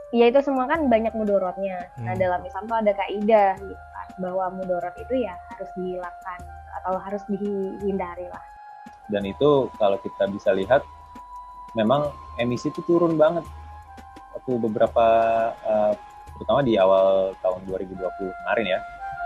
ya itu semua kan banyak mudorotnya. Nah dalam Islam tuh ada kaidah gitu kan, bahwa mudorot itu ya harus dihilangkan atau harus dihindari lah. Dan itu kalau kita bisa lihat memang emisi itu turun banget waktu beberapa terutama di awal tahun 2020 kemarin ya.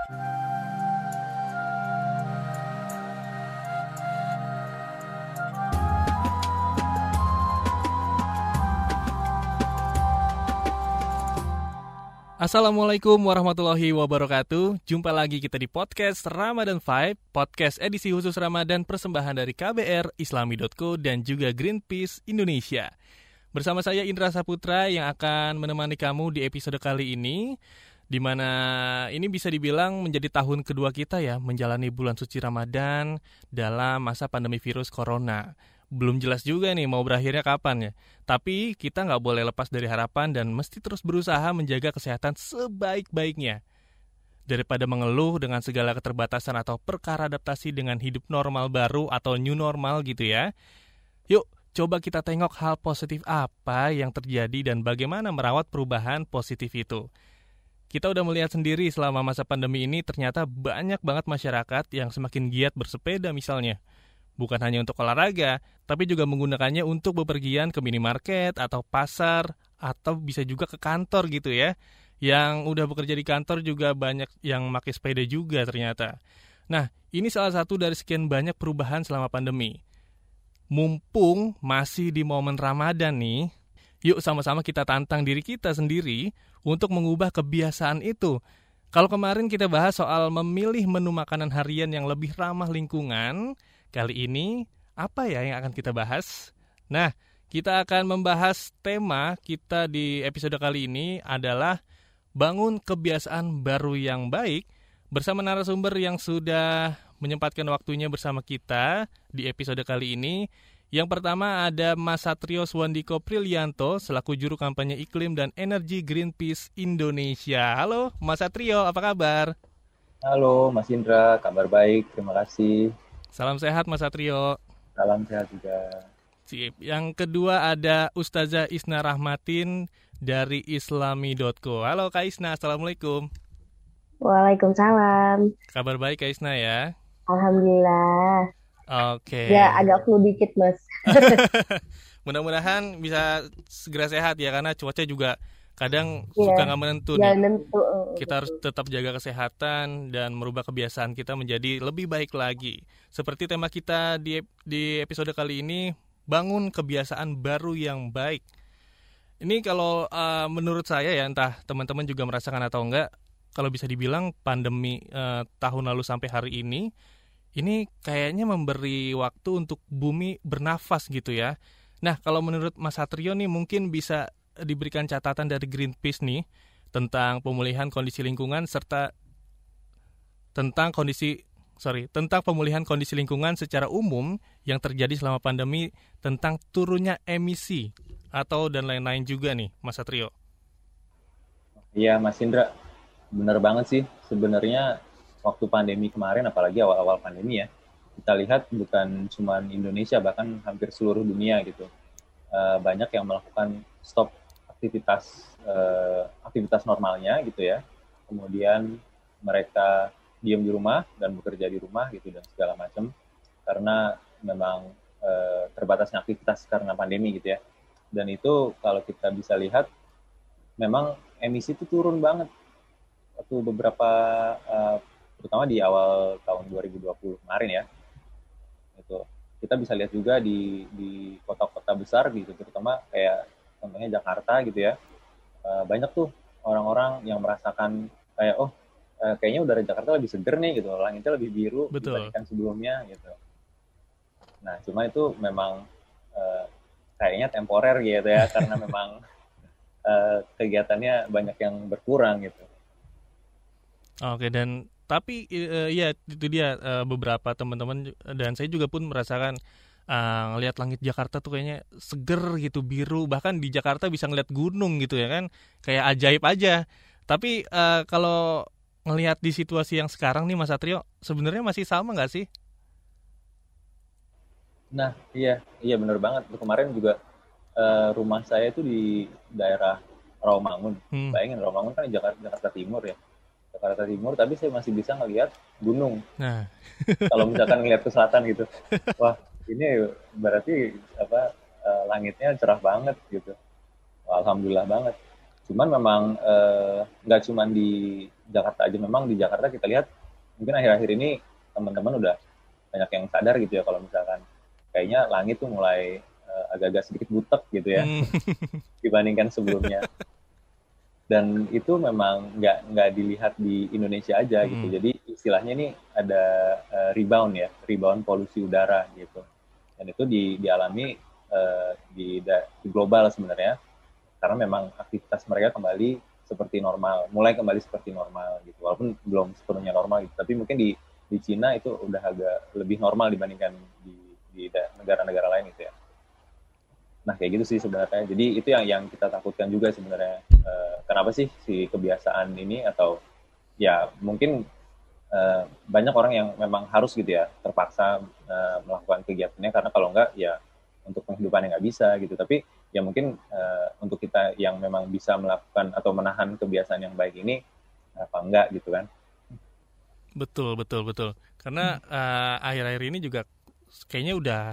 Assalamualaikum warahmatullahi wabarakatuh. Jumpa lagi kita di podcast Ramadan Vibe, podcast edisi khusus Ramadan persembahan dari KBR, Islami.co, dan juga Greenpeace Indonesia. Bersama saya Indra Saputra yang akan menemani kamu di episode kali ini, di mana ini bisa dibilang menjadi tahun kedua kita ya menjalani bulan suci Ramadan dalam masa pandemi virus corona. Belum jelas juga nih mau berakhirnya kapan ya. Tapi kita nggak boleh lepas dari harapan dan mesti terus berusaha menjaga kesehatan sebaik-baiknya. Daripada mengeluh dengan segala keterbatasan atau perkara adaptasi dengan hidup normal baru atau new normal gitu ya. Yuk, coba kita tengok hal positif apa yang terjadi dan bagaimana merawat perubahan positif itu. Kita udah melihat sendiri selama masa pandemi ini ternyata banyak banget masyarakat yang semakin giat bersepeda misalnya. Bukan hanya untuk olahraga, tapi juga menggunakannya untuk bepergian ke minimarket atau pasar, atau bisa juga ke kantor gitu ya. Yang udah bekerja di kantor juga banyak yang pakai sepeda juga ternyata. Nah, ini salah satu dari sekian banyak perubahan selama pandemi. Mumpung masih di momen Ramadan nih, yuk sama-sama kita tantang diri kita sendiri untuk mengubah kebiasaan itu. Kalau kemarin kita bahas soal memilih menu makanan harian yang lebih ramah lingkungan, kali ini apa ya yang akan kita bahas? Nah, kita akan membahas tema kita di episode kali ini adalah bangun kebiasaan baru yang baik bersama narasumber yang sudah menyempatkan waktunya bersama kita di episode kali ini. Yang pertama ada Mas Satrio Swandiko Prilianto selaku juru kampanye iklim dan energi Greenpeace Indonesia. Halo Mas Satrio, apa kabar? Halo Mas Indra, kabar baik, terima kasih. Salam sehat Mas Satrio. Salam sehat juga. Sip. Yang kedua ada Ustazah Isna Rahmatin dari Islami.co. Halo Kak Isna, Assalamualaikum. Waalaikumsalam. Kabar baik Kak Isna ya? Alhamdulillah. Oke. Ya agak flu dikit mas. Mudah-mudahan bisa segera sehat ya, karena cuaca juga kadang suka nggak menentu nih. Kita harus tetap jaga kesehatan dan merubah kebiasaan kita menjadi lebih baik lagi. Seperti tema kita di episode kali ini, bangun kebiasaan baru yang baik. Ini kalau menurut saya ya, entah teman-teman juga merasakan atau enggak, kalau bisa dibilang pandemi tahun lalu sampai hari ini kayaknya memberi waktu untuk bumi bernafas gitu ya. Nah, kalau menurut Mas Satrio nih mungkin bisa diberikan catatan dari Greenpeace nih tentang pemulihan kondisi lingkungan serta tentang pemulihan kondisi lingkungan secara umum yang terjadi selama pandemi, tentang turunnya emisi atau dan lain-lain juga nih, Mas Satrio. Iya, Mas Indra, benar banget sih. Sebenarnya waktu pandemi kemarin, apalagi awal-awal pandemi ya, kita lihat bukan cuma Indonesia, bahkan hampir seluruh dunia gitu. Banyak yang melakukan stop aktivitas normalnya gitu ya. Kemudian mereka diam di rumah dan bekerja di rumah gitu dan segala macam, karena memang terbatasnya aktivitas karena pandemi gitu ya. Dan itu kalau kita bisa lihat, memang emisi itu turun banget waktu beberapa terutama di awal tahun 2020 kemarin ya. Itu kita bisa lihat juga di kota-kota besar gitu, terutama kayak contohnya Jakarta gitu ya. Banyak tuh orang-orang yang merasakan kayak kayaknya udara Jakarta lebih seger nih gitu, langitnya lebih biru dibandingkan sebelumnya gitu. Nah, cuma itu memang kayaknya temporer gitu ya, karena memang kegiatannya banyak yang berkurang gitu. Oke, dan tapi ya itu dia, beberapa teman-teman dan saya juga pun merasakan ngelihat langit Jakarta tuh kayaknya seger gitu, biru, bahkan di Jakarta bisa ngelihat gunung gitu ya kan, kayak ajaib aja. Tapi kalau ngelihat di situasi yang sekarang nih Mas Satrio, sebenarnya masih sama nggak sih? Nah, iya benar banget. Kemarin juga rumah saya itu di daerah Rawamangun. Bayangin Rawamangun kan di Jakarta Timur ya. Jakarta Timur, tapi saya masih bisa ngelihat gunung. Nah, Kalau misalkan ngelihat ke selatan gitu, wah ini berarti langitnya cerah banget gitu. Wah, alhamdulillah banget. Cuman memang nggak cuman di Jakarta aja, memang di Jakarta kita lihat mungkin akhir-akhir ini teman-teman udah banyak yang sadar gitu ya, kalau misalkan kayaknya langit tuh mulai agak-agak sedikit butek gitu ya dibandingkan sebelumnya. Dan itu memang nggak dilihat di Indonesia aja gitu. Jadi istilahnya ini ada rebound polusi udara gitu. Dan itu dialami di global sebenarnya, karena memang aktivitas mereka mulai kembali seperti normal gitu. Walaupun belum sepenuhnya normal gitu, tapi mungkin di Cina itu udah agak lebih normal dibandingkan di negara-negara lain gitu ya. Nah kayak gitu sih sebenarnya. Jadi itu yang kita takutkan juga sebenarnya. Kenapa sih si kebiasaan ini, atau ya mungkin banyak orang yang memang harus gitu ya, terpaksa melakukan kegiatannya, karena kalau enggak ya untuk penghidupan yang nggak bisa gitu. Tapi ya mungkin untuk kita yang memang bisa melakukan atau menahan kebiasaan yang baik ini, apa enggak gitu kan. betul. Karena akhir-akhir ini juga kayaknya udah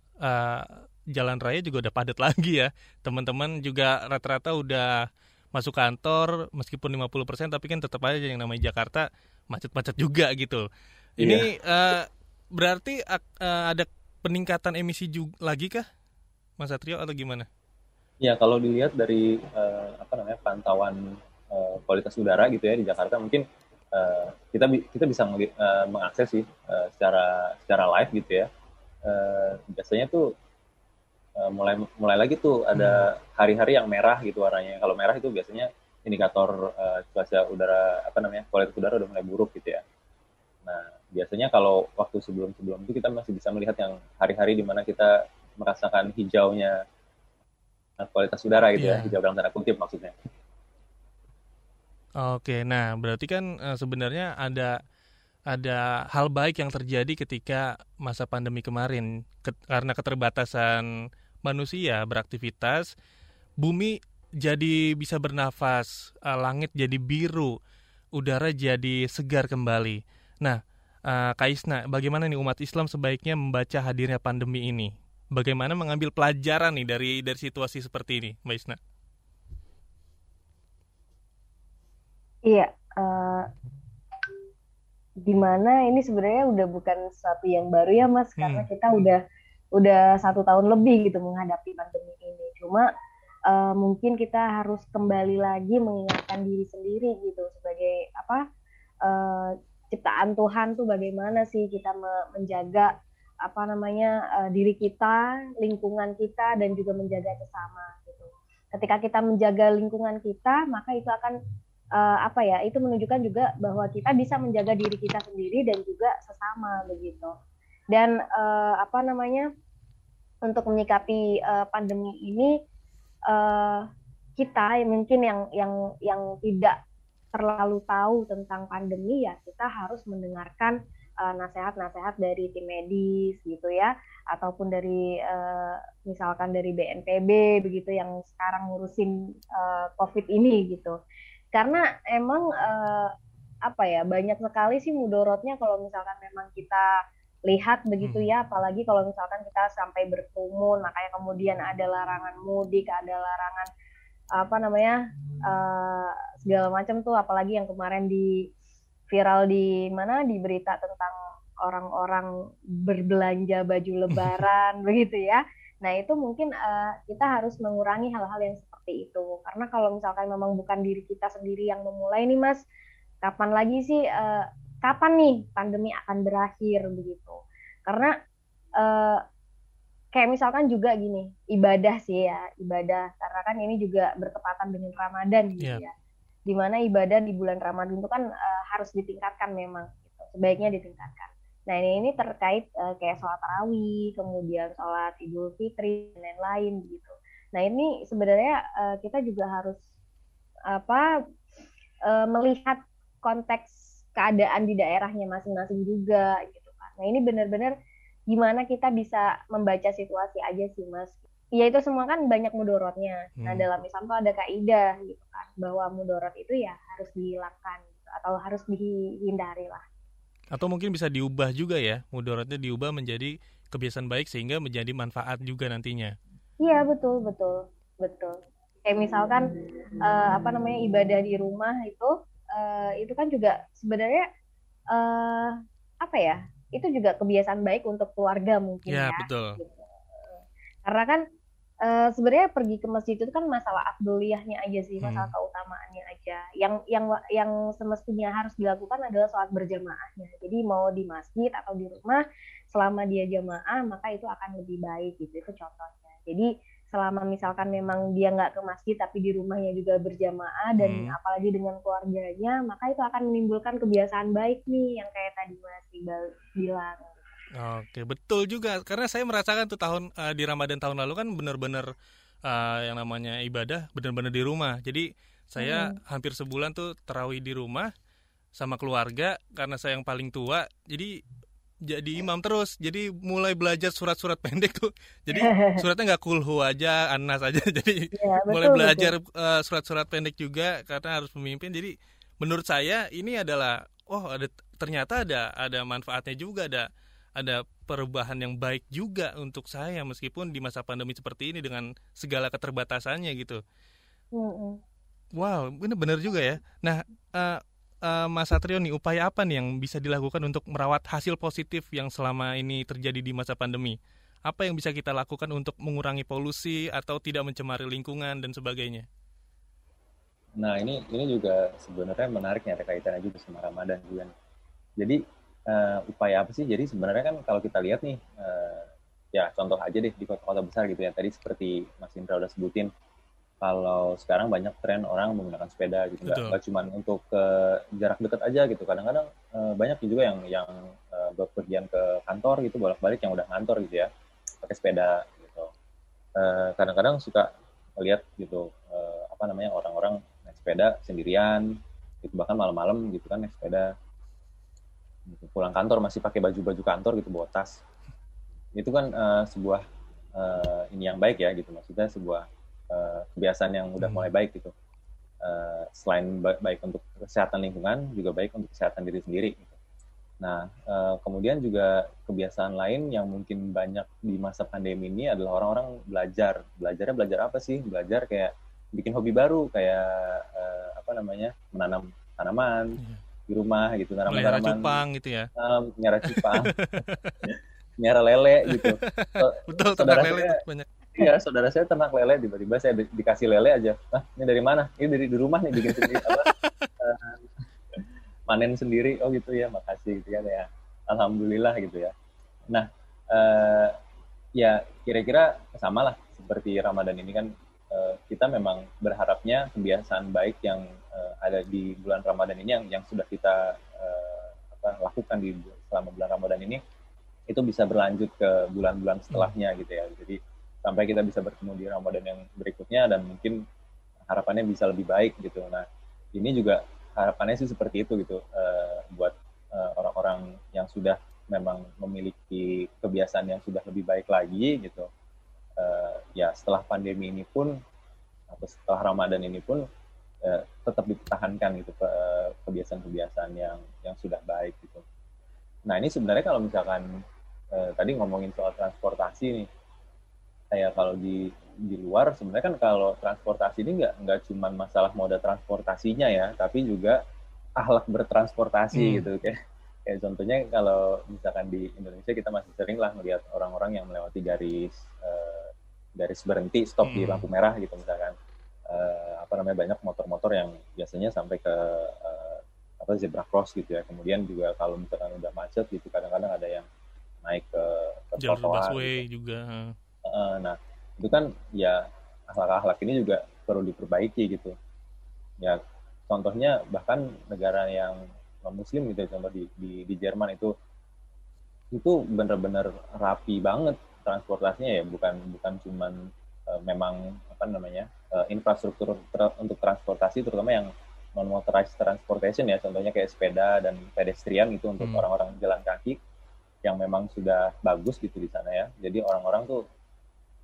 jalan raya juga udah padat lagi ya. Teman-teman juga rata-rata udah masuk kantor, meskipun 50%, tapi kan tetap aja yang namanya Jakarta macet-macet juga gitu. Ini berarti ada peningkatan emisi lagi kah, Mas Satrio, atau gimana? Ya kalau dilihat dari pantauan kualitas udara gitu ya di Jakarta, mungkin kita bisa mengakses sih secara live gitu ya. Biasanya tuh mulai lagi tuh ada hari-hari yang merah gitu warnanya. Kalau merah itu biasanya indikator cuaca udara, kualitas udara udah mulai buruk gitu ya. Nah biasanya kalau waktu sebelum itu kita masih bisa melihat yang hari-hari di mana kita merasakan hijaunya kualitas udara gitu ya, hijau dalam tanda kutip maksudnya. Oke, nah berarti kan sebenarnya ada hal baik yang terjadi ketika masa pandemi kemarin, karena keterbatasan manusia beraktivitas, bumi jadi bisa bernafas, langit jadi biru, udara jadi segar kembali. Nah, Kak Isna, bagaimana nih umat Islam sebaiknya membaca hadirnya pandemi ini? Bagaimana mengambil pelajaran nih dari situasi seperti ini, Mbak Isna? Iya, dimana ini sebenarnya udah bukan sesuatu yang baru ya Mas, karena kita udah 1 tahun lebih gitu menghadapi pandemi ini. Cuma mungkin kita harus kembali lagi mengingatkan diri sendiri gitu, sebagai ciptaan Tuhan tuh bagaimana sih kita menjaga diri kita, lingkungan kita, dan juga menjaga sesama gitu. Ketika kita menjaga lingkungan kita, maka itu akan itu menunjukkan juga bahwa kita bisa menjaga diri kita sendiri dan juga sesama begitu. Dan untuk menyikapi pandemi ini, kita mungkin yang tidak terlalu tahu tentang pandemi, ya kita harus mendengarkan nasihat-nasihat dari tim medis gitu ya, ataupun dari misalkan dari BNPB begitu yang sekarang ngurusin COVID ini gitu. Karena emang banyak sekali sih mudorotnya kalau misalkan memang kita lihat begitu ya, apalagi kalau misalkan kita sampai berkerumun, makanya kemudian ada larangan mudik, ada larangan segala macam tuh, apalagi yang kemarin viral di berita tentang orang-orang berbelanja baju lebaran begitu ya. Nah itu mungkin kita harus mengurangi hal-hal yang seperti itu, karena kalau misalkan memang bukan diri kita sendiri yang memulai nih Mas, kapan nih pandemi akan berakhir begitu. Karena kayak misalkan juga gini, ibadah karena kan ini juga bertepatan dengan Ramadan gitu ya, dimana ibadah di bulan Ramadan itu kan harus ditingkatkan memang gitu. Sebaiknya ditingkatkan. Nah ini terkait kayak sholat tarawih, kemudian sholat Idul Fitri dan lain-lain gitu. Nah ini sebenarnya kita juga harus melihat konteks keadaan di daerahnya masing-masing juga gitu kan. Nah ini benar-benar gimana kita bisa membaca situasi aja sih Mas. ya itu semua kan banyak mudorotnya. Nah, dalam Islam tuh ada kaidah gitu kan, bahwa mudorot itu ya harus dihilangkan gitu, atau harus dihindari lah. Atau mungkin bisa diubah juga ya, mudorotnya diubah menjadi kebiasaan baik sehingga menjadi manfaat juga nantinya. Iya, betul, betul, betul. Kayak misalkan ibadah di rumah itu kan juga sebenarnya apa ya? Itu juga kebiasaan baik untuk keluarga mungkin Ya, ya. betul. Gitu. Karena kan sebenarnya pergi ke masjid itu kan masalah afdoliyahnya aja sih, masalah keutamaannya aja. Yang semestinya harus dilakukan adalah sholat berjamaahnya. Jadi mau di masjid atau di rumah, selama dia jamaah maka itu akan lebih baik gitu. Itu contohnya. Jadi selama misalkan memang dia nggak ke masjid tapi di rumahnya juga berjamaah dan apalagi dengan keluarganya, maka itu akan menimbulkan kebiasaan baik nih yang kayak tadi Mas Iqbal bilang. Oke, betul juga. Karena saya merasakan tuh di Ramadan tahun lalu kan benar-benar yang namanya ibadah benar-benar di rumah. Jadi saya hampir sebulan tuh tarawih di rumah sama keluarga karena saya yang paling tua. Jadi imam terus. Jadi mulai belajar surat-surat pendek tuh. Jadi suratnya nggak kulhu aja, anas aja. Jadi Ya, mulai betul, belajar surat-surat pendek juga karena harus memimpin. Jadi menurut saya ini adalah ternyata ada manfaatnya juga, ada perubahan yang baik juga untuk saya meskipun di masa pandemi seperti ini dengan segala keterbatasannya gitu. Wow, ini benar juga ya. Nah, Mas Satrio nih, upaya apa nih yang bisa dilakukan untuk merawat hasil positif yang selama ini terjadi di masa pandemi? Apa yang bisa kita lakukan untuk mengurangi polusi atau tidak mencemari lingkungan dan sebagainya? Nah, ini juga sebenarnya menarik nih, ada kaitannya juga sama Ramadan juga. Jadi upaya apa sih? Jadi sebenarnya kan kalau kita lihat nih, ya contoh aja deh di kota-kota besar gitu ya. Tadi seperti Mas Indra udah sebutin, kalau sekarang banyak tren orang menggunakan sepeda gitu, nggak cuma untuk jarak dekat aja gitu. Kadang-kadang banyak juga yang berpergian ke kantor gitu, bolak-balik yang udah ngantor gitu ya, pakai sepeda gitu. Kadang-kadang suka lihat gitu orang-orang naik sepeda sendirian, gitu, bahkan malam-malam gitu kan naik sepeda. Gitu. Pulang kantor masih pakai baju-baju kantor gitu, bawa tas. Itu kan sebuah ini yang baik ya gitu, maksudnya sebuah kebiasaan yang udah mulai baik gitu. Selain baik untuk kesehatan lingkungan, juga baik untuk kesehatan diri sendiri. Gitu. Nah, kemudian juga kebiasaan lain yang mungkin banyak di masa pandemi ini adalah orang-orang belajar. Belajarnya belajar apa sih? Belajar kayak bikin hobi baru, kayak menanam tanaman di rumah gitu, melihara tanaman-tanaman. Cupang gitu ya. Melihara cupang. Melihara lele gitu. Betul, ternak lele itu banyak. Iya, saudara saya ternak lele, tiba-tiba saya dikasih lele aja. Ini dari mana? Ini dari di rumah nih, bikin sendiri panen sendiri. Oh gitu ya, makasih gitu kan ya. Alhamdulillah gitu ya. Nah, ya kira-kira sama lah seperti Ramadan ini kan, kita memang berharapnya kebiasaan baik yang ada di bulan Ramadan ini yang sudah kita lakukan selama bulan Ramadan ini itu bisa berlanjut ke bulan-bulan setelahnya gitu ya. Jadi sampai kita bisa bertemu di Ramadan yang berikutnya dan mungkin harapannya bisa lebih baik gitu. Nah, ini juga harapannya sih seperti itu gitu, buat orang-orang yang sudah memang memiliki kebiasaan yang sudah lebih baik lagi gitu. Ya setelah pandemi ini pun atau setelah Ramadan ini pun tetap dipertahankan gitu kebiasaan-kebiasaan yang sudah baik gitu. Nah, ini sebenarnya kalau misalkan tadi ngomongin soal transportasi nih, kayak kalau di luar sebenarnya kan kalau transportasi ini nggak cuma masalah moda transportasinya ya, tapi juga akhlak bertransportasi gitu. Kayak contohnya kalau misalkan di Indonesia kita masih sering lah melihat orang-orang yang melewati garis berhenti stop di lampu merah gitu misalkan. Banyak motor-motor yang biasanya sampai ke zebra cross gitu ya. Kemudian juga kalau misalkan udah macet gitu kadang-kadang ada yang naik ke jalur busway gitu juga. Nah, itu kan ya akhlak-akhlak ini juga perlu diperbaiki gitu. Ya, contohnya bahkan negara yang non-muslim gitu, contoh di Jerman itu benar-benar rapi banget transportasinya ya, bukan cuman memang infrastruktur untuk transportasi terutama yang non-motorized transportation ya, contohnya kayak sepeda dan pedestrian itu untuk orang-orang jalan kaki yang memang sudah bagus gitu di sana ya. Jadi orang-orang tuh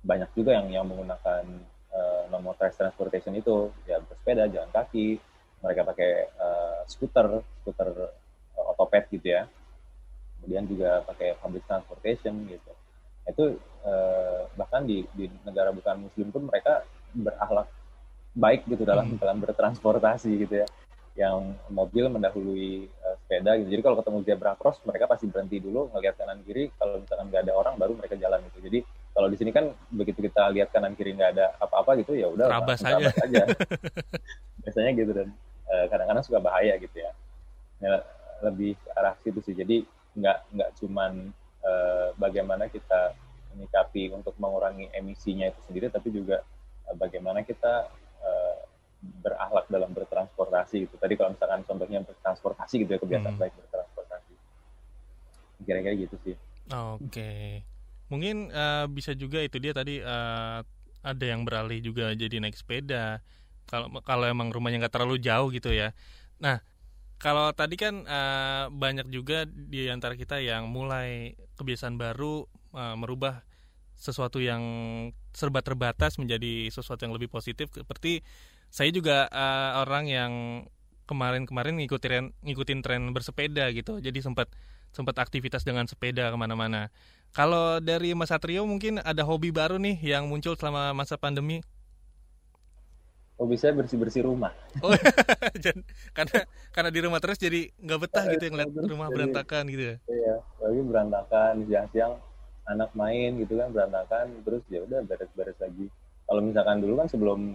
banyak juga yang menggunakan non motorized transportation itu, ya bersepeda, jalan kaki, mereka pakai skuter otopet gitu ya, kemudian juga pakai public transportation gitu. Itu bahkan di negara bukan muslim pun mereka berakhlak baik gitu dalam bertransportasi gitu ya, yang mobil mendahului sepeda gitu. Jadi kalau ketemu zebra cross mereka pasti berhenti dulu ngelihat kanan kiri, kalau misalkan nggak ada orang baru mereka jalan gitu. Jadi kalau di sini kan begitu kita lihat kanan kiri nggak ada apa-apa gitu, ya udah terabas aja. Biasanya gitu, dan kadang-kadang suka bahaya gitu ya. Lebih ke arah situ sih. Jadi nggak cuman bagaimana kita menyikapi untuk mengurangi emisinya itu sendiri, tapi juga bagaimana kita berakhlak dalam bertransportasi gitu. Tadi kalau misalkan contohnya bertransportasi gitu ya, kebiasaan baik bertransportasi. Kira-kira gitu sih. Oke. Mungkin bisa juga itu dia tadi ada yang beralih juga jadi naik sepeda. Kalau emang rumahnya nggak terlalu jauh gitu ya. Nah, kalau tadi kan banyak juga di antara kita yang mulai kebiasaan baru merubah sesuatu yang serba terbatas menjadi sesuatu yang lebih positif. Seperti saya juga orang yang kemarin ngikutin tren bersepeda gitu. Jadi sempat aktivitas dengan sepeda kemana-mana. Kalau dari Mas Satrio mungkin ada hobi baru nih yang muncul selama masa pandemi. Hobi saya bersih-bersih rumah. Oh, karena di rumah terus jadi nggak betah gitu yang lihat rumah berantakan gitu ya. Iya, lagi berantakan, siang-siang anak main gitu kan berantakan, terus ya udah beres-beres lagi. Kalau misalkan dulu kan sebelum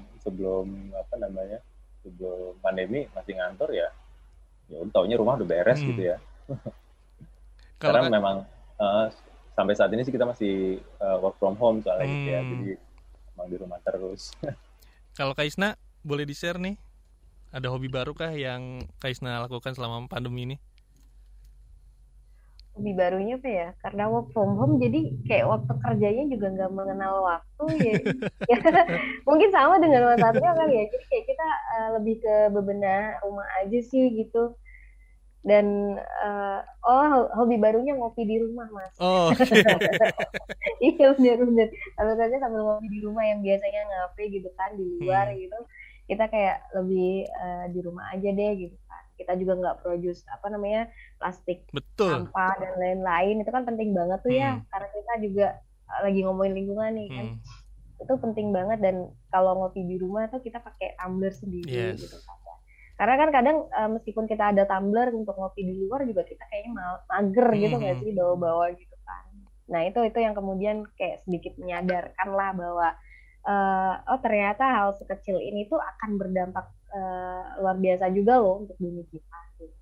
pandemi masih ngantor ya udah taunya rumah udah beres gitu ya. Karena memang sampai saat ini sih kita masih work from home soalnya gitu ya, jadi emang di rumah terus. Kalau Kak Isna boleh di-share nih, ada hobi baru kah yang Kak Isna lakukan selama pandemi ini? Hobi barunya apa ya? Karena work from home jadi kayak waktu kerjanya juga nggak mengenal waktu ya. Mungkin sama dengan Mas Satrio kan ya. Jadi kayak kita lebih ke bebenah rumah aja sih gitu. Dan hobi barunya ngopi di rumah, Mas. Oh, okay. Iya benar. Sambil ngopi di rumah yang biasanya ngafe gitu kan di luar gitu, kita kayak lebih di rumah aja deh gitu kan. Kita juga nggak produce plastik, betul, sampah dan lain-lain. Itu kan penting banget tuh ya, karena kita juga lagi ngomongin lingkungan nih kan. Itu penting banget, dan kalau ngopi di rumah tuh kita pakai tumbler sendiri gitu kan. Karena kan kadang meskipun kita ada tumbler untuk ngopi di luar juga kita kayaknya mager gitu nggak sih bawa-bawa gitu kan. Nah itu yang kemudian kayak sedikit menyadarkan lah bahwa ternyata hal sekecil ini tuh akan berdampak luar biasa juga loh untuk bumi kita.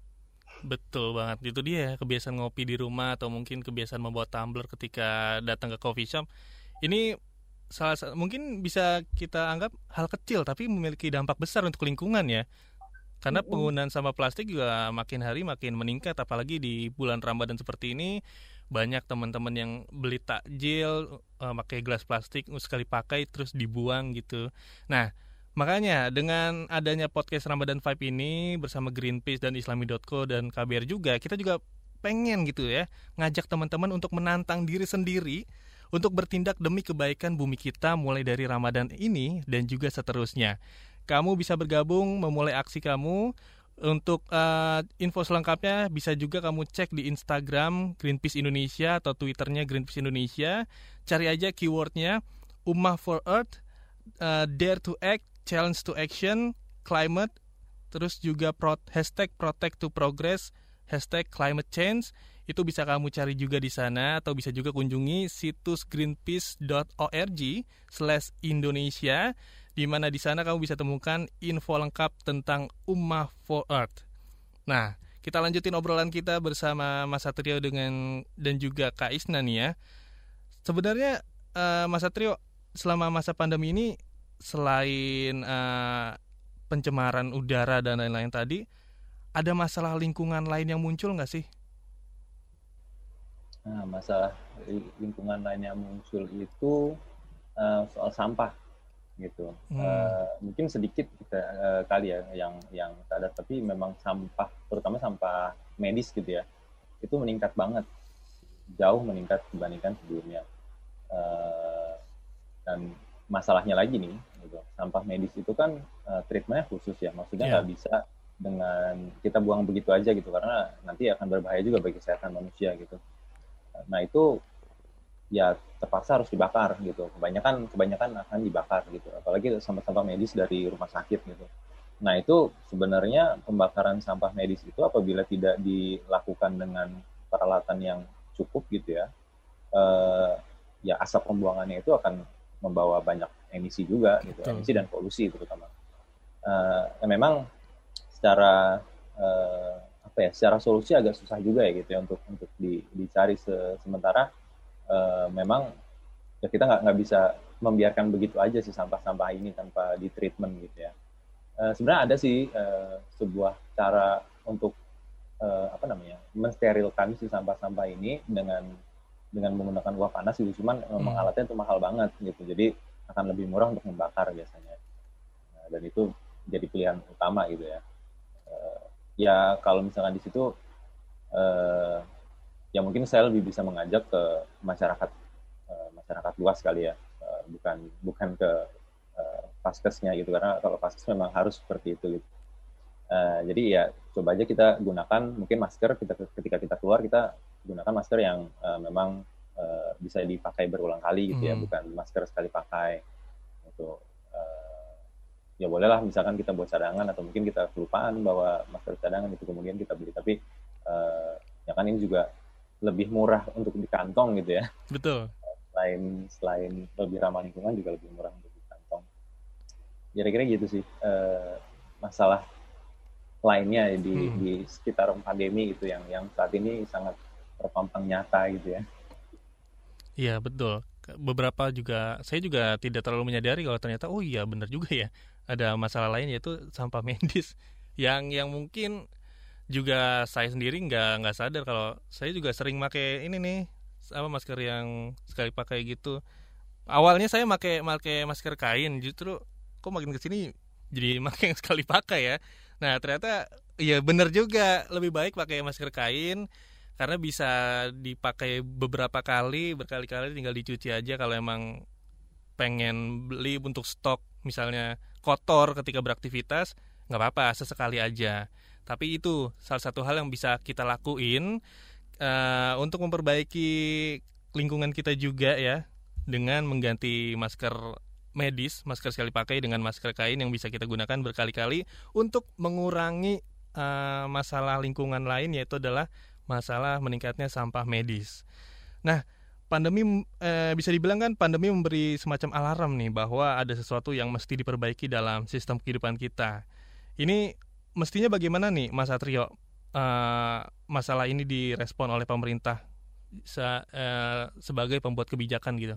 Betul banget, itu dia kebiasaan ngopi di rumah atau mungkin kebiasaan membawa tumbler ketika datang ke coffee shop. Ini mungkin bisa kita anggap hal kecil tapi memiliki dampak besar untuk lingkungan ya. Karena penggunaan sampah plastik juga makin hari makin meningkat, apalagi di bulan Ramadan seperti ini. Banyak teman-teman yang beli takjil pakai gelas plastik sekali pakai terus dibuang gitu. Nah, makanya dengan adanya podcast Ramadan Vibe ini bersama Greenpeace dan Islami.co dan KBR juga, kita juga pengen gitu ya ngajak teman-teman untuk menantang diri sendiri untuk bertindak demi kebaikan bumi kita mulai dari Ramadan ini dan juga seterusnya. Kamu bisa bergabung memulai aksi kamu. Untuk info selengkapnya bisa juga kamu cek di Instagram Greenpeace Indonesia atau Twitternya Greenpeace Indonesia. Cari aja keywordnya Ummah for Earth, Dare to Act, Challenge to Action, Climate, terus juga hashtag Protect to Progress, hashtag Climate Change. Itu bisa kamu cari juga di sana, atau bisa juga kunjungi situs greenpeace.org/Indonesia, di mana di sana kamu bisa temukan info lengkap tentang Ummah for Earth. Nah, kita lanjutin obrolan kita bersama Mas Satrio dan juga Kak Isna nih ya. Sebenarnya Mas Satrio, selama masa pandemi ini selain pencemaran udara dan lain-lain tadi, ada masalah lingkungan lain yang muncul nggak sih? Nah, masalah lingkungan lain yang muncul itu soal sampah gitu. Mungkin sedikit kita kali ya yang sadar, tapi memang sampah, terutama sampah medis gitu ya, itu meningkat banget, jauh meningkat dibandingkan sebelumnya. Dan masalahnya lagi nih, gitu, sampah medis itu kan treatmentnya khusus ya, maksudnya nggak bisa dengan kita buang begitu aja gitu, karena nanti akan berbahaya juga bagi kesehatan manusia gitu. Nah itu ya terpaksa harus dibakar gitu. Kebanyakan akan dibakar gitu. Apalagi sampah-sampah medis dari rumah sakit gitu. Nah itu sebenarnya pembakaran sampah medis itu apabila tidak dilakukan dengan peralatan yang cukup gitu ya, ya asap pembuangannya itu akan membawa banyak emisi juga gitu, emisi dan polusi terutama. Ya memang secara secara solusi agak susah juga ya gitu ya untuk dicari sementara. Memang ya kita nggak bisa membiarkan begitu aja sih sampah-sampah ini tanpa di treatment gitu ya. Sebenarnya ada sih sebuah cara untuk mensterilkan si sampah-sampah ini dengan menggunakan uap panas gitu, cuman memang alatnya itu mahal banget gitu, jadi akan lebih murah untuk membakar biasanya. Dan itu jadi pilihan utama gitu ya. Ya kalau misalkan di situ ya mungkin saya lebih bisa mengajak ke masyarakat luas kali ya, bukan ke paskesnya gitu, karena kalau paskes memang harus seperti itu gitu. Jadi ya coba aja kita gunakan mungkin masker ketika kita keluar, kita gunakan masker yang memang bisa dipakai berulang kali gitu ya, bukan masker sekali pakai gitu. Ya bolehlah misalkan kita buat cadangan, atau mungkin kita kelupaan bawa masker cadangan itu kemudian kita beli, tapi ya kan ini juga lebih murah untuk di kantong gitu ya. Betul. Selain lebih ramah lingkungan juga lebih murah untuk di kantong. Kira-kira gitu sih masalah lainnya di sekitar pandemi gitu yang saat ini sangat terpampang nyata gitu ya. Iya betul. Saya juga tidak terlalu menyadari kalau ternyata oh iya benar juga ya, ada masalah lain yaitu sampah medis yang mungkin juga saya sendiri nggak sadar kalau saya juga sering pakai ini nih, masker yang sekali pakai gitu. Awalnya saya pakai masker kain, justru kok makin kesini jadi pakai yang sekali pakai ya. Nah ternyata ya benar juga, lebih baik pakai masker kain karena bisa dipakai beberapa kali, berkali-kali, tinggal dicuci aja. Kalau emang pengen beli untuk stok misalnya kotor ketika beraktivitas, nggak apa-apa, sesekali aja. Tapi itu salah satu hal yang bisa kita lakuin untuk memperbaiki lingkungan kita juga ya, dengan mengganti masker medis, masker sekali pakai dengan masker kain yang bisa kita gunakan berkali-kali untuk mengurangi masalah lingkungan lain, yaitu adalah masalah meningkatnya sampah medis. Nah, pandemi bisa dibilang kan pandemi memberi semacam alarm nih bahwa ada sesuatu yang mesti diperbaiki dalam sistem kehidupan kita. Ini mestinya bagaimana nih Mas Satrio, masalah ini direspon oleh pemerintah sebagai pembuat kebijakan gitu?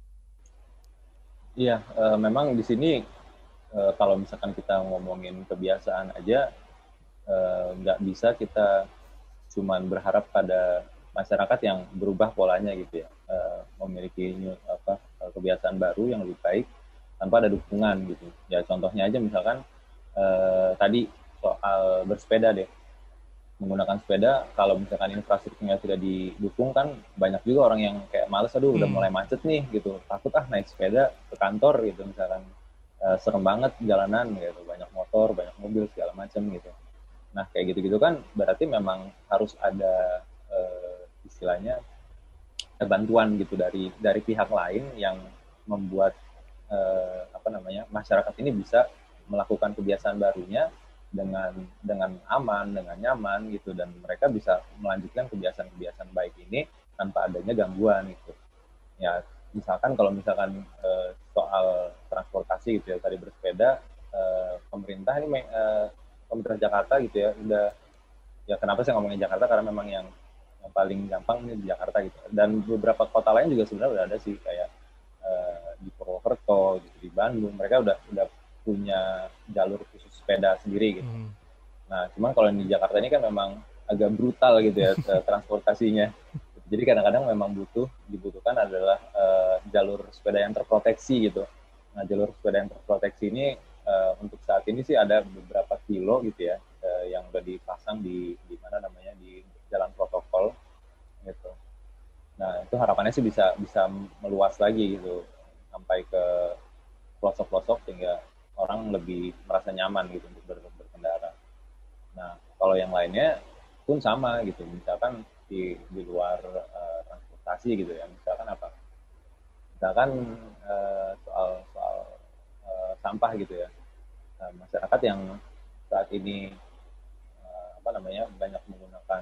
Iya, memang di sini kalau misalkan kita ngomongin kebiasaan aja, nggak bisa kita cuman berharap pada masyarakat yang berubah polanya gitu ya, memiliki kebiasaan baru yang lebih baik tanpa ada dukungan gitu. Ya contohnya aja misalkan tadi soal bersepeda deh, menggunakan sepeda, kalau misalkan infrastrukturnya tidak didukung kan banyak juga orang yang kayak males, udah mulai macet nih gitu, takut naik sepeda ke kantor gitu misalkan, serem banget jalanan gitu, banyak motor, banyak mobil segala macam gitu. Nah kayak gitu-gitu kan berarti memang harus ada istilahnya bantuan gitu dari pihak lain yang membuat masyarakat ini bisa melakukan kebiasaan barunya dengan aman, dengan nyaman gitu, dan mereka bisa melanjutkan kebiasaan-kebiasaan baik ini tanpa adanya gangguan gitu. Ya misalkan kalau misalkan soal transportasi gitu ya, tadi bersepeda, pemerintah Jakarta gitu ya, udah, ya kenapa saya ngomongin Jakarta karena memang yang paling gampang ini di Jakarta gitu, dan beberapa kota lain juga sebenarnya udah ada sih, kayak di Purwokerto gitu, di Bandung, mereka udah punya jalur khusus sepeda sendiri gitu. Nah, cuman kalau di Jakarta ini kan memang agak brutal gitu ya transportasinya. Jadi kadang-kadang memang dibutuhkan adalah jalur sepeda yang terproteksi gitu. Nah, jalur sepeda yang terproteksi ini untuk saat ini sih ada beberapa kilo gitu ya, yang udah dipasang di jalan protokol gitu. Nah, itu harapannya sih bisa meluas lagi gitu, sampai ke pelosok-pelosok sehingga orang lebih merasa nyaman gitu untuk berkendara. Nah, kalau yang lainnya pun sama gitu. Misalkan di luar transportasi gitu ya. Misalkan apa? Misalkan soal sampah gitu ya. Masyarakat yang saat ini banyak menggunakan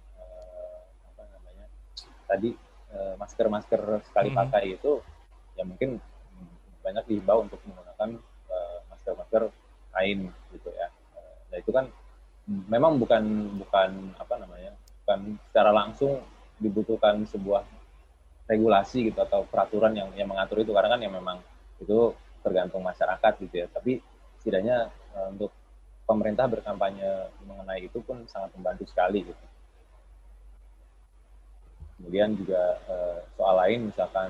tadi masker sekali pakai itu ya mungkin banyak dihimbau untuk menggunakan masker kain gitu ya. Nah itu kan memang bukan secara langsung dibutuhkan sebuah regulasi gitu atau peraturan yang mengatur itu, karena kan yang memang itu tergantung masyarakat gitu ya. Tapi setidaknya untuk pemerintah berkampanye mengenai itu pun sangat membantu sekali gitu. Kemudian juga soal lain misalkan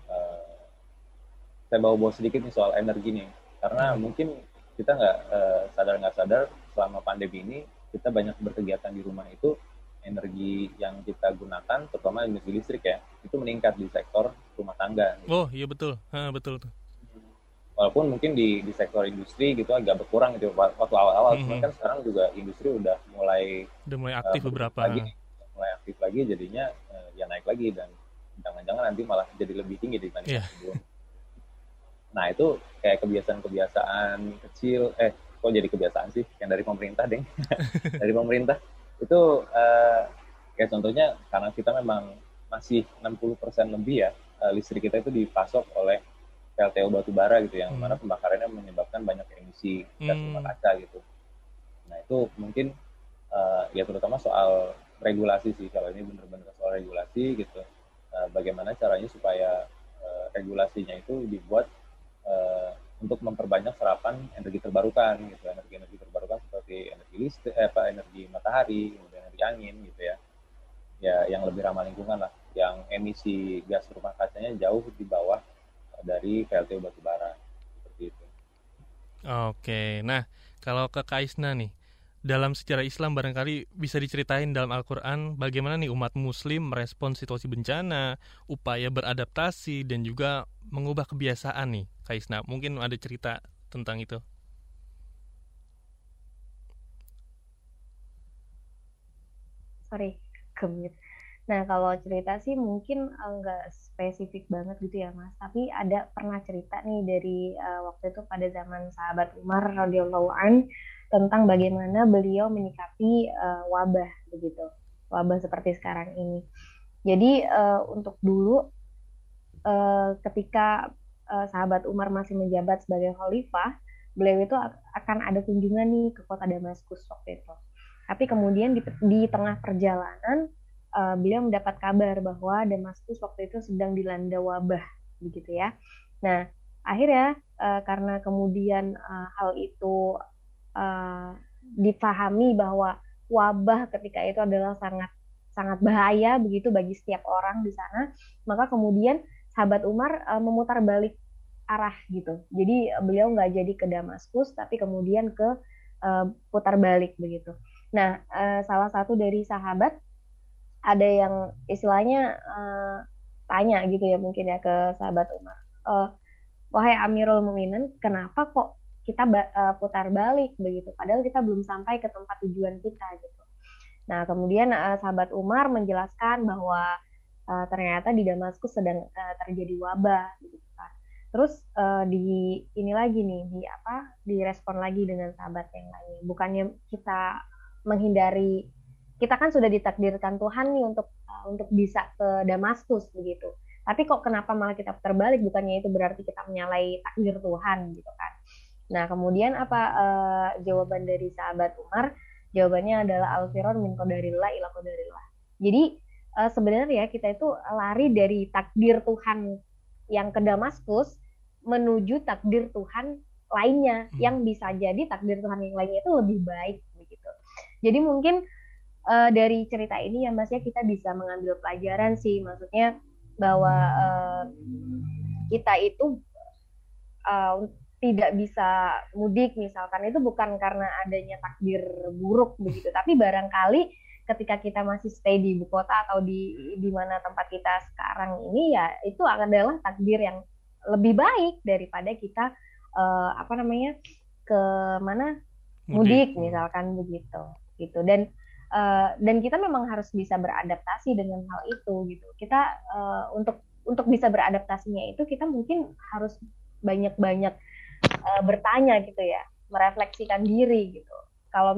saya bawa sedikit nih soal energi nih, karena mungkin kita nggak sadar selama pandemi ini kita banyak berkegiatan di rumah itu, energi yang kita gunakan terutama energi listrik ya itu meningkat di sektor rumah tangga gitu. Oh iya betul, betul tuh. Walaupun mungkin di sektor industri gitu agak berkurang gitu waktu awal-awal, cuman kan sekarang juga industri udah mulai aktif beberapa mulai aktif lagi, jadinya ya naik lagi dan jangan-jangan nanti malah jadi lebih tinggi dibanding sebelum. Nah itu kayak kebiasaan-kebiasaan kecil, kok jadi kebiasaan sih yang dari pemerintah deh. Dari pemerintah itu kayak contohnya karena kita memang masih 60% lebih ya listrik kita itu dipasok oleh PLTU batubara gitu, yang mana pembakarannya menyebabkan banyak emisi gas rumah kaca gitu. Nah itu mungkin ya terutama soal regulasi sih, kalau ini benar-benar soal regulasi gitu. Bagaimana caranya supaya regulasinya itu dibuat untuk memperbanyak serapan energi terbarukan gitu, energi terbarukan seperti energi listrik, energi matahari, kemudian energi angin gitu ya, yang lebih ramah lingkungan lah, yang emisi gas rumah kacanya jauh di bawah dari PLTU batubara seperti itu. Oke, nah kalau ke Kaisna nih, dalam sejarah Islam barangkali bisa diceritain dalam Al-Quran bagaimana nih umat muslim merespon situasi bencana, upaya beradaptasi, dan juga mengubah kebiasaan nih, Kaisna. Mungkin ada cerita tentang itu. Sorry, gemit. Nah, kalau cerita sih mungkin nggak spesifik banget gitu ya, Mas. Tapi ada pernah cerita nih dari waktu itu pada zaman sahabat Umar radhiyallahu an tentang bagaimana beliau menyikapi wabah begitu. Wabah seperti sekarang ini. Jadi untuk dulu ketika sahabat Umar masih menjabat sebagai khalifah, beliau itu akan ada kunjungan nih ke kota Damaskus waktu itu. Tapi kemudian di tengah perjalanan beliau mendapat kabar bahwa Damaskus waktu itu sedang dilanda wabah, begitu ya. Nah, akhirnya karena kemudian hal itu dipahami bahwa wabah ketika itu adalah sangat bahaya begitu bagi setiap orang di sana, maka kemudian sahabat Umar memutar balik arah gitu. Jadi beliau nggak jadi ke Damaskus, tapi kemudian ke putar balik begitu. Nah, salah satu dari sahabat ada yang istilahnya tanya gitu ya mungkin ya ke sahabat Umar, wahai Amirul Mukminin, kenapa kok kita putar balik begitu? Padahal kita belum sampai ke tempat tujuan kita gitu. Nah kemudian sahabat Umar menjelaskan bahwa ternyata di Damaskus sedang terjadi wabah gitu kan. Terus ini lagi nih direspon lagi dengan sahabat yang lain. Bukannya kita menghindari, kita kan sudah ditakdirkan Tuhan nih untuk bisa ke Damaskus begitu. Tapi kok kenapa malah kita terbalik? Bukannya itu berarti kita menyalahi takdir Tuhan gitu kan. Nah kemudian apa jawaban dari sahabat Umar? Jawabannya adalah al-firar min qadarillah ila qadarillah. Jadi sebenarnya kita itu lari dari takdir Tuhan yang ke Damaskus menuju takdir Tuhan lainnya, yang bisa jadi takdir Tuhan yang lainnya itu lebih baik begitu. Jadi mungkin dari cerita ini ya Mas ya, kita bisa mengambil pelajaran sih, maksudnya bahwa kita itu tidak bisa mudik misalkan itu bukan karena adanya takdir buruk begitu, tapi barangkali ketika kita masih stay di ibu kota atau di mana tempat kita sekarang ini, ya itu adalah takdir yang lebih baik daripada kita apa namanya, ke mana, Mudik. mudik misalkan begitu gitu. Dan kita memang harus bisa beradaptasi dengan hal itu gitu. Kita untuk bisa beradaptasinya itu kita mungkin harus banyak-banyak bertanya gitu ya, merefleksikan diri gitu. Kalau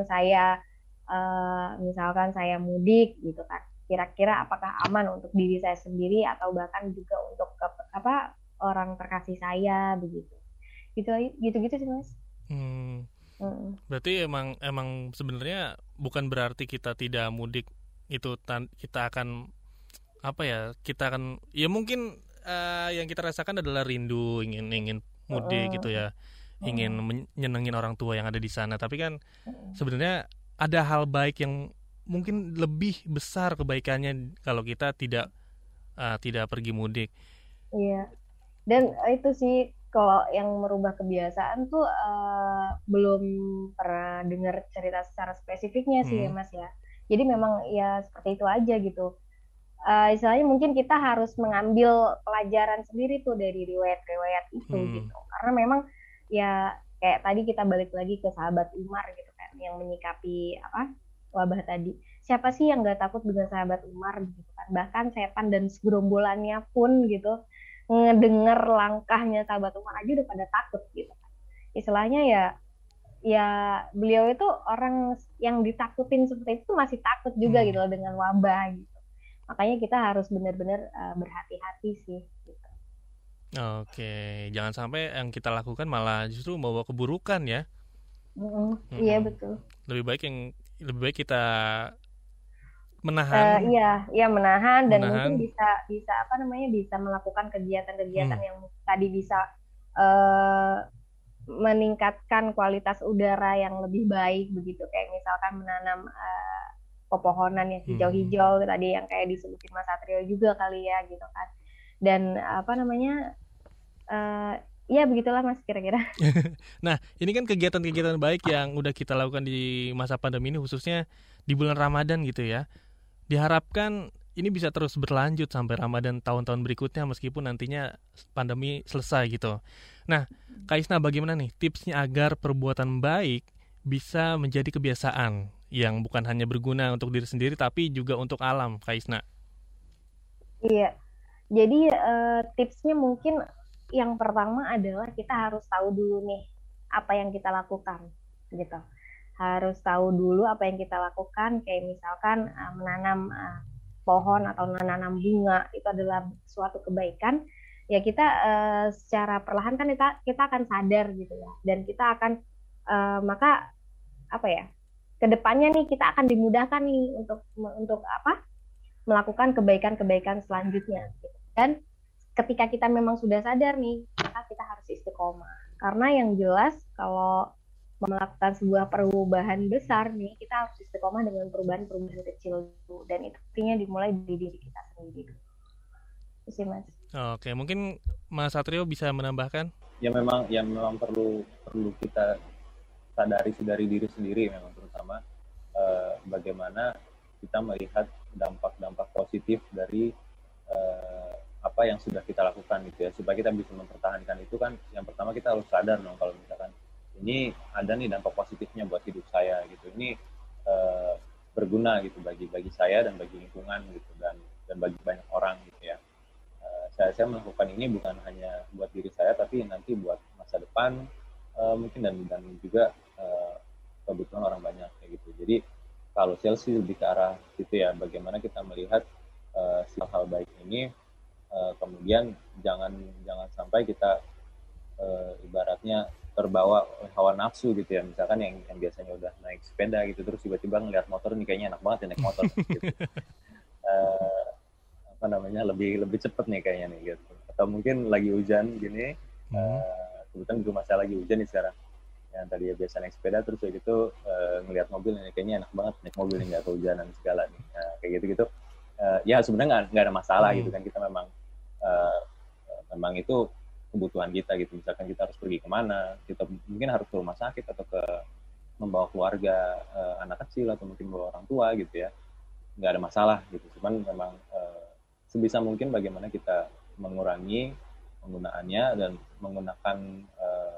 misalkan saya mudik gitu kan, kira-kira apakah aman untuk diri saya sendiri atau bahkan juga untuk orang terkasih saya begitu. Gitu sih Mas. Hmm, Mm. berarti emang sebenarnya bukan berarti kita tidak mudik itu kita akan apa ya? Kita akan ya mungkin yang kita rasakan adalah rindu ingin mudik gitu ya. Ingin nyenengin orang tua yang ada di sana. Tapi kan sebenarnya ada hal baik yang mungkin lebih besar kebaikannya kalau kita tidak pergi mudik. Iya. Dan itu sih kalau yang merubah kebiasaan tuh belum pernah dengar cerita secara spesifiknya sih ya Mas ya. Jadi memang ya seperti itu aja gitu. Istilahnya mungkin kita harus mengambil pelajaran sendiri tuh dari riwayat-riwayat itu gitu. Karena memang ya kayak tadi kita balik lagi ke sahabat Umar gitu kan yang menyikapi wabah tadi. Siapa sih yang nggak takut dengan sahabat Umar gitu kan? Bahkan setan dan segerombolannya pun gitu ngedenger langkahnya sahabat Umar aja udah pada takut gitu kan. Istilahnya ya beliau itu orang yang ditakutin seperti itu masih takut juga gitu loh dengan wabah gitu. Makanya kita harus benar-benar berhati-hati sih gitu. Oke, jangan sampai yang kita lakukan malah justru membawa keburukan ya. Iya betul. Lebih baik kita menahan. Iya menahan dan mungkin bisa melakukan kegiatan-kegiatan yang tadi bisa meningkatkan kualitas udara yang lebih baik begitu, kayak misalkan menanam pepohonan yang hijau-hijau tadi yang kayak disebutin Mas Satrio juga kali ya gitu kan. Dan ya begitulah Mas kira-kira. Nah, ini kan kegiatan-kegiatan baik yang udah kita lakukan di masa pandemi ini, khususnya di bulan Ramadan gitu ya. Diharapkan ini bisa terus berlanjut sampai Ramadan tahun-tahun berikutnya meskipun nantinya pandemi selesai gitu. Nah, Kak Isna bagaimana nih tipsnya agar perbuatan baik bisa menjadi kebiasaan yang bukan hanya berguna untuk diri sendiri tapi juga untuk alam, Kak Isna? Iya, jadi tipsnya mungkin yang pertama adalah kita harus tahu dulu nih apa yang kita lakukan gitu. Harus tahu dulu apa yang kita lakukan, kayak misalkan menanam pohon atau menanam bunga itu adalah suatu kebaikan. Ya kita secara perlahan kan kita akan sadar gitu ya, dan kita akan maka kedepannya nih kita akan dimudahkan nih untuk melakukan kebaikan-kebaikan selanjutnya. Gitu. Dan ketika kita memang sudah sadar nih, maka kita harus istiqomah. Karena yang jelas kalau melakukan sebuah perubahan besar nih, kita harus istiqomah dengan perubahan-perubahan kecil dulu, dan itu artinya dimulai dari diri kita sendiri dulu. Itu sih Mas. Oke, mungkin Mas Satrio bisa menambahkan? Ya memang perlu kita sadari dari diri sendiri memang, terutama bagaimana kita melihat dampak-dampak positif dari apa yang sudah kita lakukan gitu ya, supaya kita bisa mempertahankan itu kan. Yang pertama kita harus sadar dong kalau misalkan ini ada nih dampak positifnya buat hidup saya gitu, ini berguna gitu bagi saya dan bagi lingkungan gitu, dan bagi banyak orang gitu ya. Saya melakukan ini bukan hanya buat diri saya tapi nanti buat masa depan mungkin dan juga kebutuhan orang banyak kayak gitu. Jadi kalau saya sih lebih ke arah gitu ya, bagaimana kita melihat hal-hal baik ini, kemudian jangan sampai kita ibaratnya terbawa hawa nafsu gitu ya. Misalkan yang biasanya udah naik sepeda gitu, terus tiba-tiba ngeliat motor nih kayaknya enak banget ya naik motor gitu. Lebih cepet nih kayaknya nih gitu. Atau mungkin lagi hujan gini, kebetulan di rumah saya lagi hujan nih sekarang. Yang tadi ya biasa naik sepeda, terus kayak gitu ngeliat mobil nih kayaknya enak banget naik mobil nih, nggak kehujanan segala nih. Kayak gitu. Ya sebenarnya nggak ada masalah gitu kan, kita memang itu kebutuhan kita gitu. Misalkan kita harus pergi kemana, kita mungkin harus ke rumah sakit atau membawa keluarga, anak kecil atau mungkin bawa orang tua gitu ya, nggak ada masalah gitu. Cuman memang sebisa mungkin bagaimana kita mengurangi penggunaannya dan menggunakan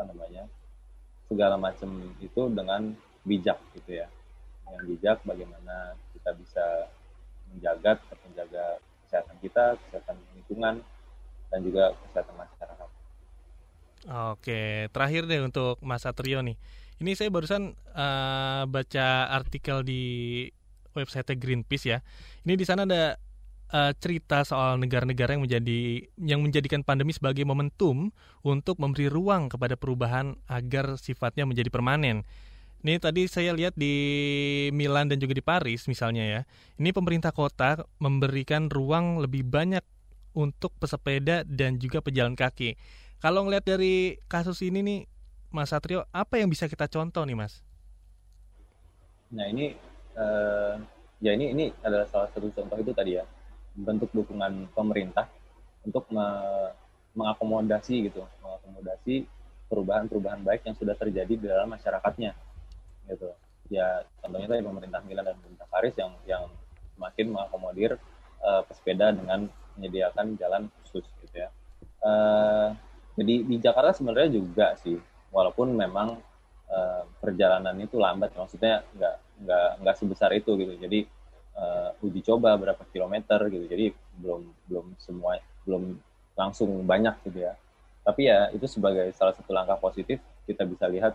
segala macam itu dengan bijak gitu ya. Yang bijak bagaimana kita bisa menjaga kesehatan kita, kesehatan lingkungan, dan juga kesehatan masyarakat. Oke, terakhir deh untuk Mas Satrio nih. Ini saya barusan baca artikel di website Greenpeace ya. Ini di sana ada cerita soal negara-negara yang menjadikan pandemi sebagai momentum untuk memberi ruang kepada perubahan agar sifatnya menjadi permanen. Ini tadi saya lihat di Milan dan juga di Paris misalnya ya. Ini pemerintah kota memberikan ruang lebih banyak untuk pesepeda dan juga pejalan kaki. Kalau ngelihat dari kasus ini nih, Mas Satrio, apa yang bisa kita contoh nih, Mas? Nah ini ini adalah salah satu contoh itu tadi ya, bentuk dukungan pemerintah untuk mengakomodasi perubahan-perubahan baik yang sudah terjadi di dalam masyarakatnya, gitu. Ya contohnya tadi pemerintah Milan dan pemerintah Paris yang semakin mengakomodir pesepeda dengan menyediakan jalan khusus, gitu ya. Jadi di Jakarta sebenarnya juga sih, walaupun memang perjalanan itu lambat, maksudnya nggak sebesar itu gitu. Jadi uji coba berapa kilometer gitu, jadi belum langsung banyak gitu ya. Tapi ya itu sebagai salah satu langkah positif kita bisa lihat,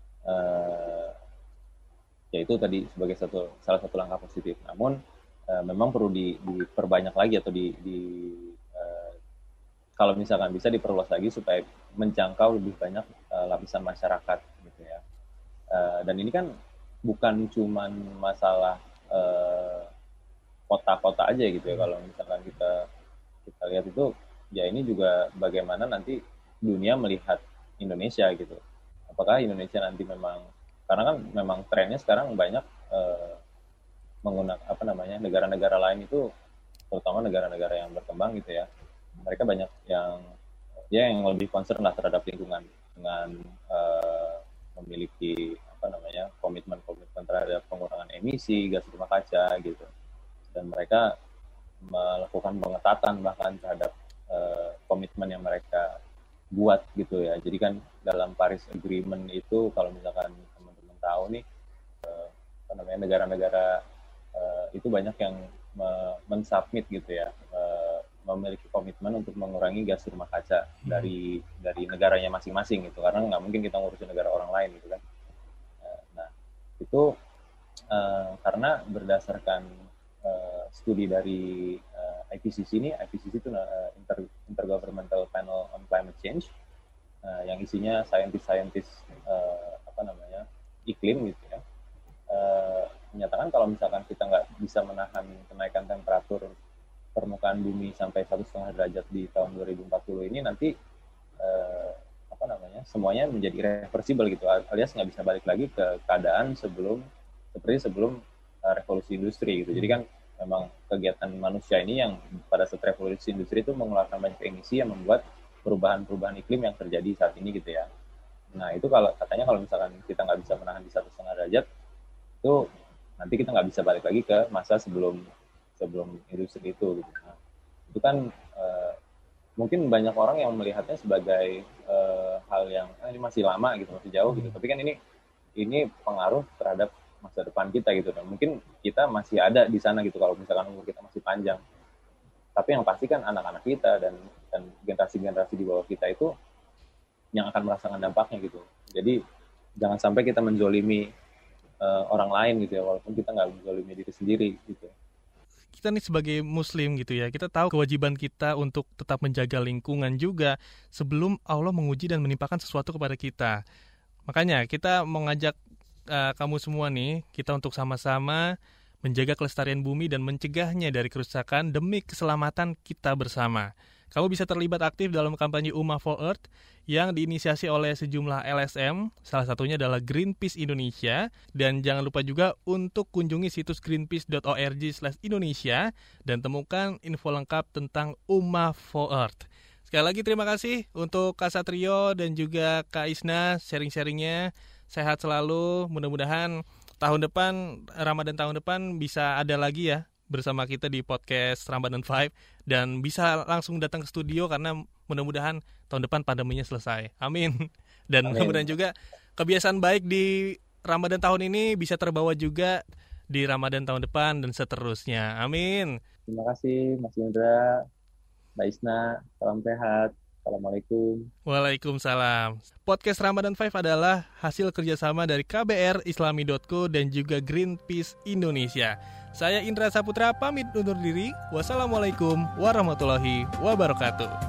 yaitu tadi sebagai salah satu langkah positif. Namun memang perlu diperbanyak lagi atau kalau misalkan bisa diperluas lagi supaya menjangkau lebih banyak lapisan masyarakat gitu ya. Dan ini kan bukan cuman masalah kota-kota aja gitu ya. Kalau misalkan kita lihat itu, ya ini juga bagaimana nanti dunia melihat Indonesia gitu. Apakah Indonesia nanti karena kan memang trennya sekarang banyak menggunakan negara-negara lain itu, terutama negara-negara yang berkembang gitu ya. Mereka banyak yang lebih concern lah terhadap lingkungan dengan memiliki komitmen terhadap pengurangan emisi gas rumah kaca gitu, dan mereka melakukan pengetatan bahkan terhadap komitmen yang mereka buat gitu ya. Jadi kan dalam Paris Agreement itu, kalau misalkan teman-teman tahu nih, negara-negara itu banyak yang mensubmit gitu ya, memiliki komitmen untuk mengurangi gas rumah kaca dari negaranya masing-masing gitu, karena nggak mungkin kita ngurusin negara orang lain gitu kan. Nah itu karena berdasarkan studi dari IPCC itu Intergovernmental Panel on Climate Change, yang isinya saintis iklim gitu ya, menyatakan kalau misalkan kita nggak bisa menahan kenaikan temperatur permukaan bumi sampai 1,5 derajat di tahun 2040 ini, nanti semuanya menjadi irreversible gitu, alias nggak bisa balik lagi ke keadaan sebelum revolusi industri gitu. Jadi kan memang kegiatan manusia ini yang pada saat revolusi industri itu mengeluarkan banyak emisi yang membuat perubahan iklim yang terjadi saat ini gitu ya. Nah itu katanya kalau misalkan kita nggak bisa menahan di 1,5 derajat, itu nanti kita nggak bisa balik lagi ke masa sebelum industri itu gitu. Nah, itu kan mungkin banyak orang yang melihatnya sebagai hal yang ini masih lama gitu, masih jauh gitu. Tapi kan ini pengaruh terhadap masa depan kita gitu. Dan mungkin kita masih ada di sana gitu kalau misalkan umur kita masih panjang. Tapi yang pasti kan anak-anak kita dan generasi-generasi di bawah kita itu yang akan merasakan dampaknya gitu. Jadi jangan sampai kita menzolimi orang lain gitu ya, walaupun kita nggak menzolimi diri sendiri gitu. Kita nih sebagai muslim gitu ya, kita tahu kewajiban kita untuk tetap menjaga lingkungan juga sebelum Allah menguji dan menimpakan sesuatu kepada kita. Makanya kita mengajak kamu semua nih, kita untuk sama-sama menjaga kelestarian bumi dan mencegahnya dari kerusakan demi keselamatan kita bersama. Kamu bisa terlibat aktif dalam kampanye Ummah for Earth yang diinisiasi oleh sejumlah LSM, salah satunya adalah Greenpeace Indonesia. Dan jangan lupa juga untuk kunjungi situs greenpeace.org/Indonesia dan temukan info lengkap tentang Ummah for Earth. Sekali lagi terima kasih untuk Kak Satrio dan juga Kak Isna sharing-sharingnya. Sehat selalu, mudah-mudahan Ramadan tahun depan bisa ada lagi ya bersama kita di podcast Ramadan 5 dan bisa langsung datang ke studio karena mudah-mudahan tahun depan pandeminya selesai. Amin. Dan Amin. kemudian juga kebiasaan baik di Ramadan tahun ini bisa terbawa juga di Ramadan tahun depan dan seterusnya. Amin. Terima kasih Mas Indra, Mbak Isna, salam sehat. Assalamualaikum. Waalaikumsalam. Podcast Ramadan 5 adalah hasil kerjasama dari KBR, Islami.co, dan juga Greenpeace Indonesia. Saya Indra Saputra pamit undur diri. Wassalamualaikum warahmatullahi wabarakatuh.